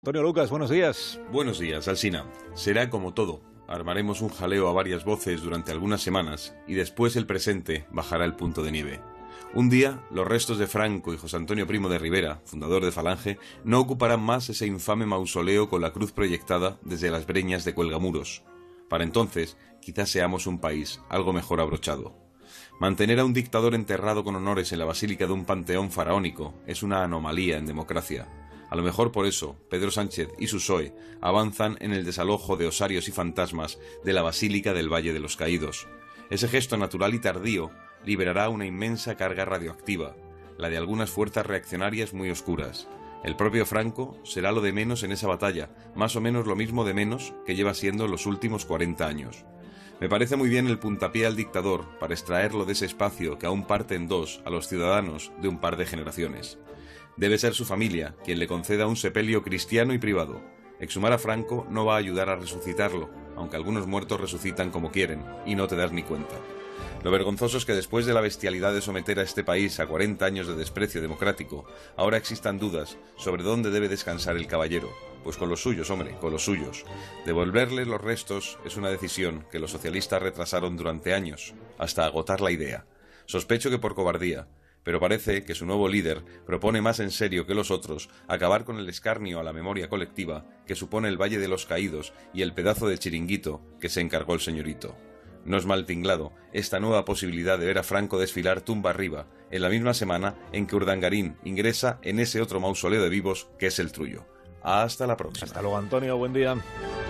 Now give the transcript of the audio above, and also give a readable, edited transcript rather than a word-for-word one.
Antonio Lucas, buenos días. Buenos días, Alsina. Será como todo. Armaremos un jaleo a varias voces durante algunas semanas y después el presente bajará el punto de nieve. Un día, los restos de Franco y José Antonio Primo de Rivera, fundador de Falange, no ocuparán más ese infame mausoleo con la cruz proyectada desde las breñas de Cuelgamuros. Para entonces, quizás seamos un país algo mejor abrochado. Mantener a un dictador enterrado con honores en la basílica de un panteón faraónico es una anomalía en democracia. A lo mejor por eso, Pedro Sánchez y su PSOE avanzan en el desalojo de osarios y fantasmas de la Basílica del Valle de los Caídos. Ese gesto natural y tardío liberará una inmensa carga radioactiva, la de algunas fuerzas reaccionarias muy oscuras. El propio Franco será lo de menos en esa batalla, más o menos lo mismo de menos que lleva siendo los últimos 40 años. Me parece muy bien el puntapié al dictador para extraerlo de ese espacio que aún parte en dos a los ciudadanos de un par de generaciones. Debe ser su familia quien le conceda un sepelio cristiano y privado. Exhumar a Franco no va a ayudar a resucitarlo, aunque algunos muertos resucitan como quieren, y no te das ni cuenta. Lo vergonzoso es que después de la bestialidad de someter a este país a 40 años de desprecio democrático, ahora existan dudas sobre dónde debe descansar el caballero. Pues con los suyos, hombre, con los suyos. Devolverle los restos es una decisión que los socialistas retrasaron durante años, hasta agotar la idea. Sospecho que por cobardía, pero parece que su nuevo líder propone más en serio que los otros acabar con el escarnio a la memoria colectiva que supone el Valle de los Caídos y el pedazo de chiringuito que se encargó el señorito. No es mal tinglado esta nueva posibilidad de ver a Franco desfilar tumba arriba, en la misma semana en que Urdangarín ingresa en ese otro mausoleo de vivos que es el Trullo. Hasta la próxima. Hasta luego, Antonio, buen día.